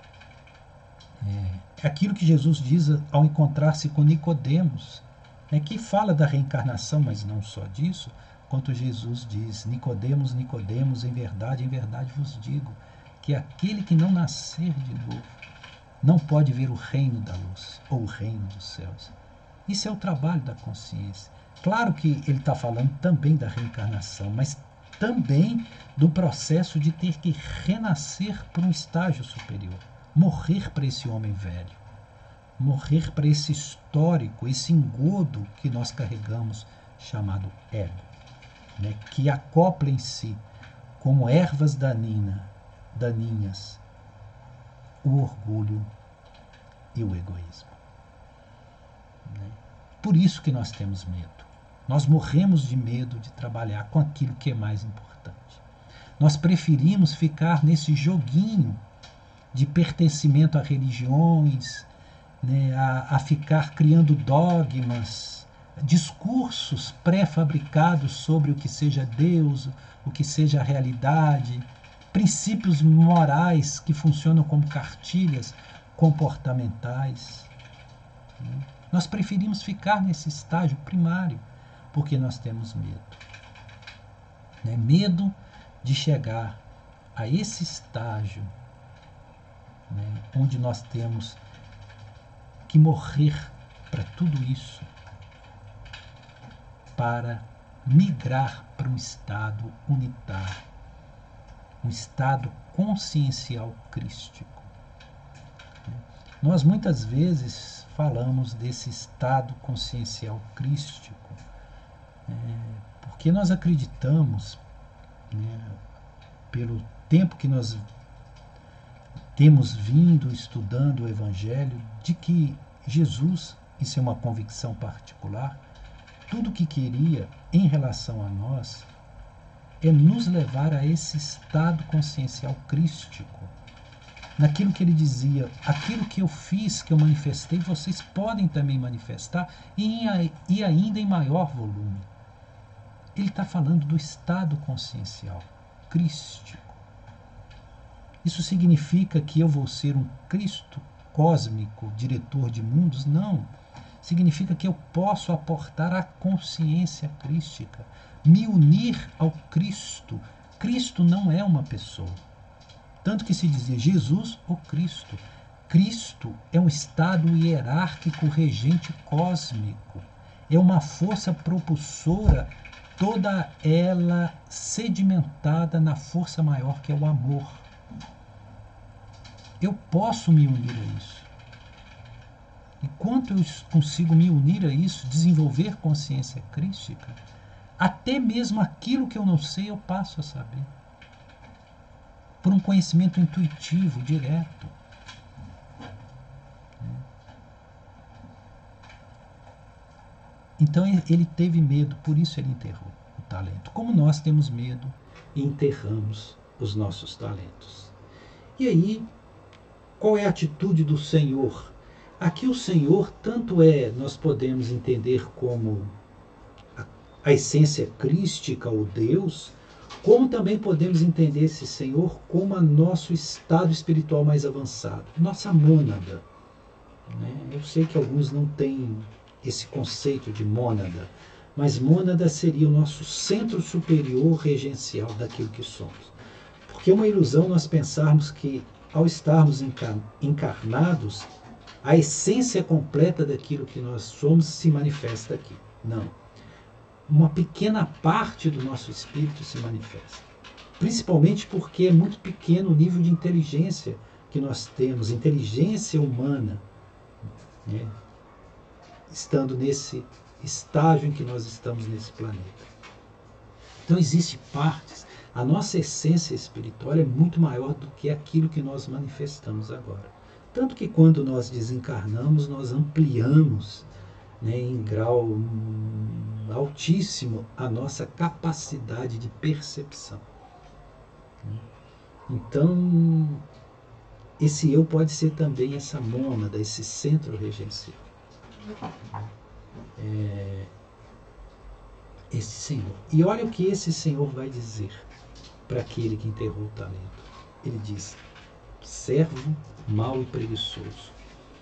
É aquilo que Jesus diz ao encontrar-se com Nicodemos, né, que fala da reencarnação, mas não só disso, quanto Jesus diz: Nicodemos, Nicodemos, em verdade vos digo, que aquele que não nascer de novo não pode ver o reino da luz, ou o reino dos céus. Isso é o trabalho da consciência. Claro que ele está falando também da reencarnação, mas também do processo de ter que renascer para um estágio superior. Morrer para esse homem velho. Morrer para esse histórico, esse engodo que nós carregamos, chamado ego. Né, que acopla em si, como ervas daninhas, o orgulho e o egoísmo. Né? Por isso que nós temos medo. Nós morremos de medo de trabalhar com aquilo que é mais importante. Nós preferimos ficar nesse joguinho de pertencimento a religiões, né, a ficar criando dogmas, discursos pré-fabricados sobre o que seja Deus, o que seja a realidade, princípios morais que funcionam como cartilhas comportamentais. Né? Nós preferimos ficar nesse estágio primário, porque nós temos medo. Né? Medo de chegar a esse estágio, né, onde nós temos que morrer para tudo isso, para migrar para um estado unitário, um estado consciencial crístico. Nós muitas vezes falamos desse estado consciencial crístico, porque nós acreditamos, né, pelo tempo que nós temos vindo estudando o Evangelho, de que Jesus, isso é uma convicção particular, tudo o que queria em relação a nós é nos levar a esse estado consciencial crístico. Naquilo que ele dizia: aquilo que eu fiz, que eu manifestei, vocês podem também manifestar, e ainda em maior volume. Ele está falando do estado consciencial crístico. Isso significa que eu vou ser um Cristo cósmico, diretor de mundos? Não. Significa que eu posso aportar a consciência crística, me unir ao Cristo. Cristo não é uma pessoa. Tanto que se dizia Jesus ou Cristo. Cristo é um estado hierárquico regente cósmico. É uma força propulsora, toda ela sedimentada na força maior que é o amor. Eu posso me unir a isso. E quanto eu consigo me unir a isso, desenvolver consciência crística, até mesmo aquilo que eu não sei, eu passo a saber. Por um conhecimento intuitivo, direto. Então ele teve medo, por isso ele enterrou o talento. Como nós temos medo e enterramos os nossos talentos. E aí, qual é a atitude do Senhor? Aqui o Senhor tanto nós podemos entender como a essência crística, o Deus, como também podemos entender esse Senhor como o nosso estado espiritual mais avançado, nossa mônada. Né? Eu sei que alguns não têm esse conceito de mônada, mas mônada seria o nosso centro superior regencial daquilo que somos. Porque é uma ilusão nós pensarmos que, ao estarmos encarnados, a essência completa daquilo que nós somos se manifesta aqui. Não. Uma pequena parte do nosso espírito se manifesta. principalmente porque é muito pequeno o nível de inteligência que nós temos, inteligência humana, né, estando nesse estágio em que nós estamos nesse planeta. Então existem partes, a nossa essência espiritual é muito maior do que aquilo que nós manifestamos agora. Tanto que quando nós desencarnamos, nós ampliamos, né, em grau altíssimo a nossa capacidade de percepção. Então, esse eu pode ser também essa mônada, esse centro regencial. Esse Senhor. E olha o que esse Senhor vai dizer para aquele que enterrou o talento. Ele diz: servo mau e preguiçoso,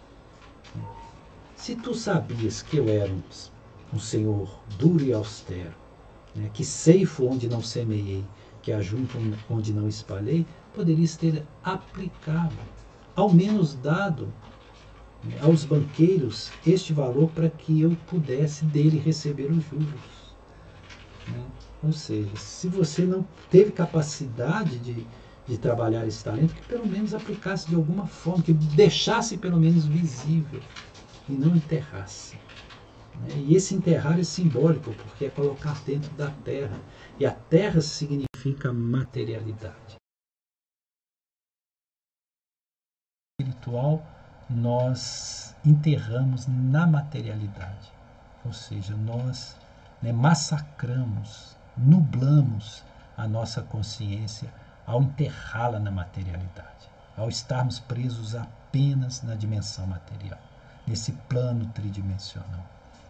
se tu sabias que eu era um Senhor duro e austero, né, que ceifo onde não semeei, que ajunto onde não espalhei, poderias ter aplicado, ao menos dado, né, aos banqueiros este valor para que eu pudesse dele receber os juros. Né? Ou seja, se você não teve capacidade de trabalhar esse talento, que pelo menos aplicasse de alguma forma, que deixasse pelo menos visível e não enterrasse. Né? E esse enterrar é simbólico, porque é colocar dentro da terra. E a terra significa materialidade. Espiritual, nós enterramos na materialidade. Ou seja, nós, né, massacramos, nublamos a nossa consciência ao enterrá-la na materialidade, ao estarmos presos apenas na dimensão material, nesse plano tridimensional.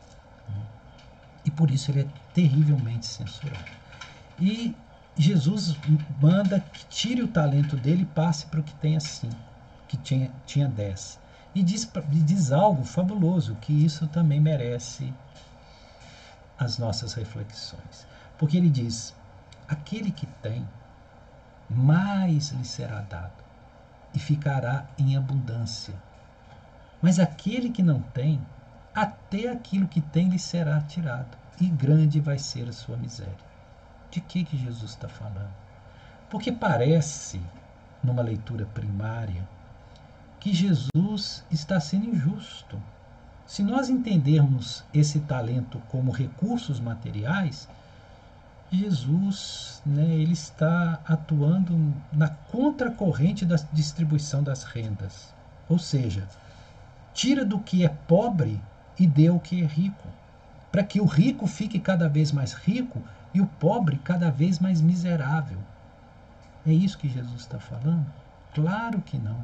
E por isso ele é terrivelmente censurado. E Jesus manda que tire o talento dele e passe para o que tenha 5, que tinha 10. E diz algo fabuloso, que isso também merece as nossas reflexões. Porque ele diz: aquele que tem, mais lhe será dado, e ficará em abundância. Mas aquele que não tem, até aquilo que tem lhe será tirado, e grande vai ser a sua miséria. De que Jesus está falando? Porque parece, numa leitura primária, que Jesus está sendo injusto. Se nós entendermos esse talento como recursos materiais, Jesus, né, ele está atuando na contracorrente da distribuição das rendas. Ou seja, tira do que é pobre e dê ao que é rico, para que o rico fique cada vez mais rico e o pobre cada vez mais miserável. É isso que Jesus está falando? Claro que não.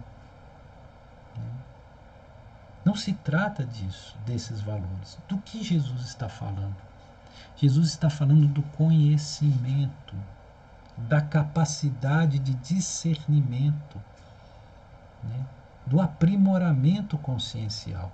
Não se trata disso, desses valores. Do que Jesus está falando? Jesus está falando do conhecimento, da capacidade de discernimento, né? Do aprimoramento consciencial.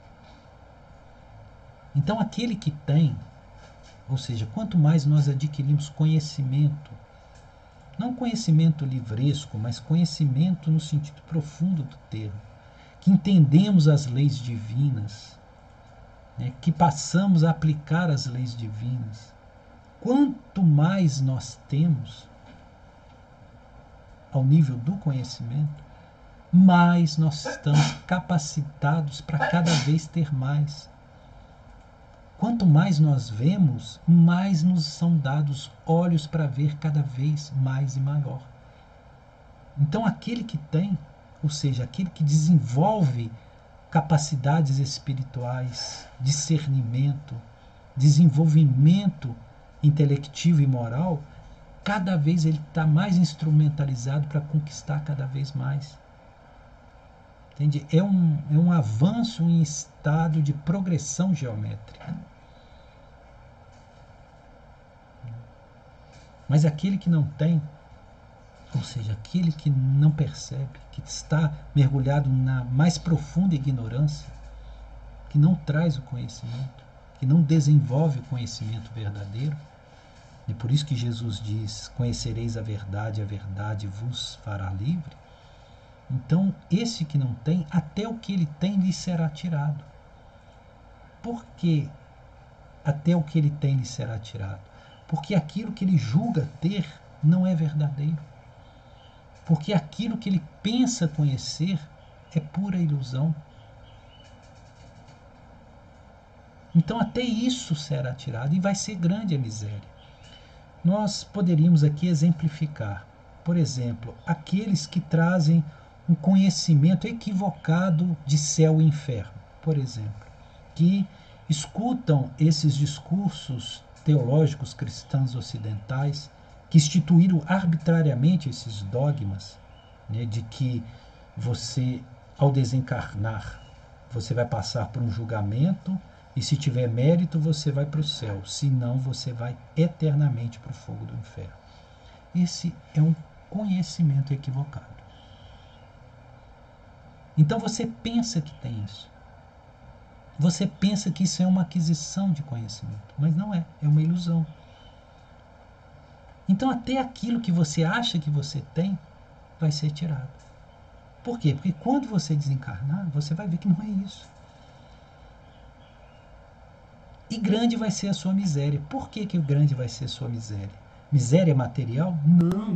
Então, aquele que tem, ou seja, quanto mais nós adquirimos conhecimento, não conhecimento livresco, mas conhecimento no sentido profundo do termo, que entendemos as leis divinas, né, que passamos a aplicar as leis divinas, quanto mais nós temos ao nível do conhecimento, mais nós estamos capacitados para cada vez ter mais. Quanto mais nós vemos, mais nos são dados olhos para ver cada vez mais e maior. Então aquele que tem, ou seja, aquele que desenvolve capacidades espirituais, discernimento, desenvolvimento intelectivo e moral, cada vez ele está mais instrumentalizado para conquistar cada vez mais. Entende? É um avanço em estado de progressão geométrica. Mas aquele que não tem, ou seja, aquele que não percebe, que está mergulhado na mais profunda ignorância, que não traz o conhecimento, que não desenvolve o conhecimento verdadeiro, e por isso que Jesus diz: conhecereis a verdade vos fará livre. Então, esse que não tem, até o que ele tem lhe será tirado. Por que até o que ele tem lhe será tirado? Porque aquilo que ele julga ter não é verdadeiro. Porque aquilo que ele pensa conhecer é pura ilusão. Então até isso será tirado e vai ser grande a miséria. Nós poderíamos aqui exemplificar, por exemplo, aqueles que trazem um conhecimento equivocado de céu e inferno, por exemplo, que escutam esses discursos teológicos cristãos ocidentais, que instituíram arbitrariamente esses dogmas, né, de que você, ao desencarnar, você vai passar por um julgamento e se tiver mérito você vai para o céu, se não você vai eternamente para o fogo do inferno. Esse é um conhecimento equivocado. Então você pensa que tem isso. Você pensa que isso é uma aquisição de conhecimento, mas não é, é uma ilusão. Então até aquilo que você acha que você tem vai ser tirado. Por quê? Porque quando você desencarnar, você vai ver que não é isso. E grande vai ser a sua miséria. Por que grande vai ser a sua miséria? Miséria material? Não.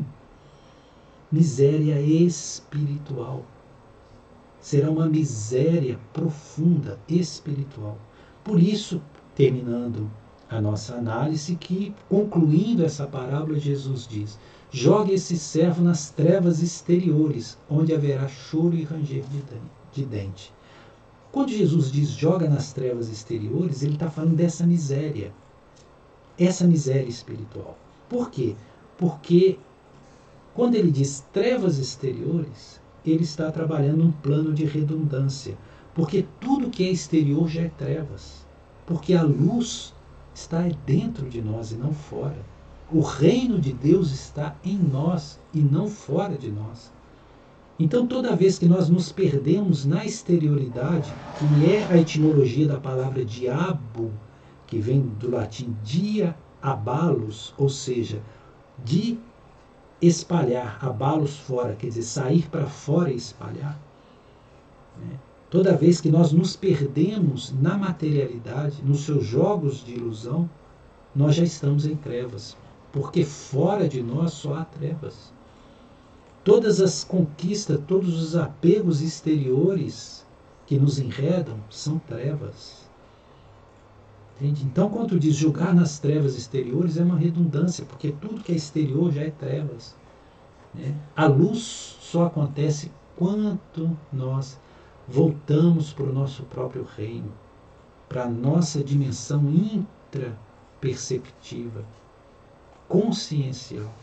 Miséria espiritual. Será uma miséria profunda, espiritual. Por isso, terminando a nossa análise, que concluindo essa parábola, Jesus diz: jogue esse servo nas trevas exteriores, onde haverá choro e ranger de dente. Quando Jesus diz joga nas trevas exteriores, ele está falando dessa miséria. Essa miséria espiritual. Por quê? Porque quando ele diz trevas exteriores, ele está trabalhando um plano de redundância. Porque tudo que é exterior já é trevas. Porque a luz está dentro de nós e não fora. O reino de Deus está em nós e não fora de nós. Então, toda vez que nós nos perdemos na exterioridade, que é a etimologia da palavra diabo, que vem do latim diabalos, ou seja, de espalhar, abalos fora, quer dizer, sair para fora e espalhar. Né? Toda vez que nós nos perdemos na materialidade, nos seus jogos de ilusão, nós já estamos em trevas, porque fora de nós só há trevas. Todas as conquistas, todos os apegos exteriores que nos enredam são trevas. Entende? Então, quando diz julgar nas trevas exteriores, é uma redundância, porque tudo que é exterior já é trevas. Né? A luz só acontece quando nós voltamos para o nosso próprio reino, para a nossa dimensão intraperceptiva, consciencial.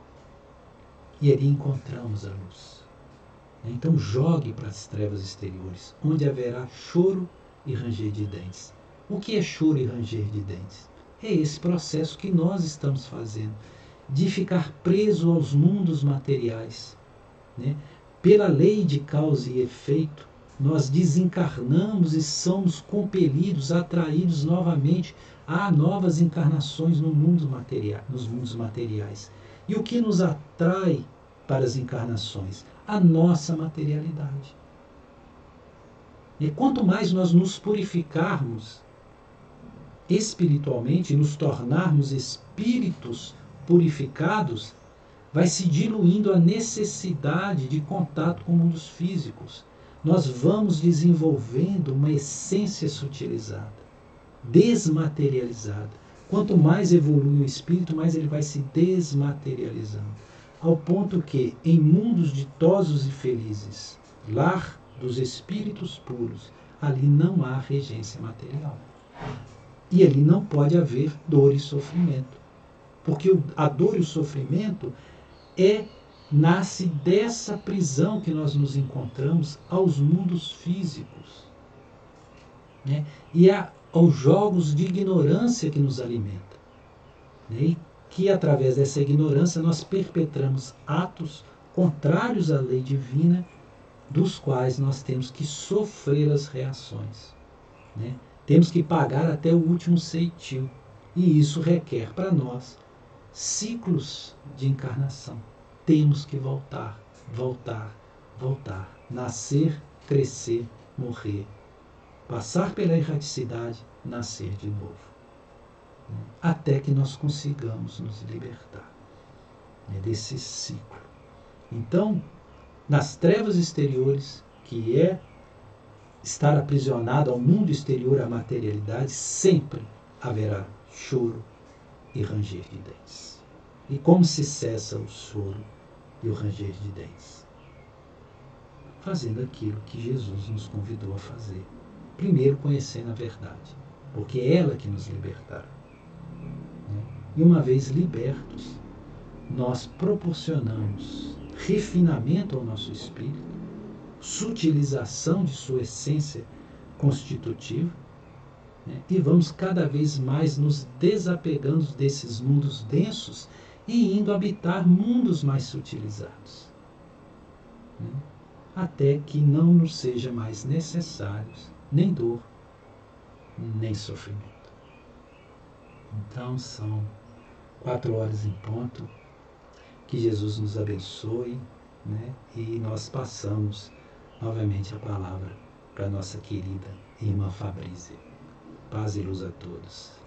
E ali encontramos a luz. Então jogue para as trevas exteriores, onde haverá choro e ranger de dentes. O que é choro e ranger de dentes? É esse processo que nós estamos fazendo, de ficar preso aos mundos materiais. Né? Pela lei de causa e efeito, nós desencarnamos e somos compelidos, atraídos novamente a novas encarnações nos mundos materiais. E o que nos atrai para as encarnações? A nossa materialidade. E quanto mais nós nos purificarmos espiritualmente, nos tornarmos espíritos purificados, vai se diluindo a necessidade de contato com mundos físicos. Nós vamos desenvolvendo uma essência sutilizada, desmaterializada. Quanto mais evolui o espírito, mais ele vai se desmaterializando. Ao ponto que, em mundos ditosos e felizes, lar dos espíritos puros, ali não há regência material. E ali não pode haver dor e sofrimento. Porque a dor e o sofrimento nasce dessa prisão que nós nos encontramos aos mundos físicos. Né? E aos jogos de ignorância que nos alimentam. Né? E que através dessa ignorância nós perpetramos atos contrários à lei divina, dos quais nós temos que sofrer as reações. Né? Temos que pagar até o último ceitil. E isso requer para nós ciclos de encarnação. Temos que voltar, voltar, voltar. Nascer, crescer, morrer. Passar pela erraticidade, nascer de novo. Até que nós consigamos nos libertar. né, desse ciclo. Então, nas trevas exteriores, que é estar aprisionado ao mundo exterior, à materialidade, sempre haverá choro e ranger de dentes. E como se cessa o choro e o ranger de dentes? Fazendo aquilo que Jesus nos convidou a fazer. Primeiro, conhecendo a verdade, porque é ela que nos libertará. E uma vez libertos, nós proporcionamos refinamento ao nosso espírito, sutilização de sua essência constitutiva, né? E vamos cada vez mais nos desapegando desses mundos densos e indo habitar mundos mais sutilizados, né? Até que não nos seja mais necessários nem dor, nem sofrimento. Então são 4h em ponto. Que Jesus nos abençoe, né? E nós passamos novamente a palavra para nossa querida irmã Fabrícia. Paz e luz a todos.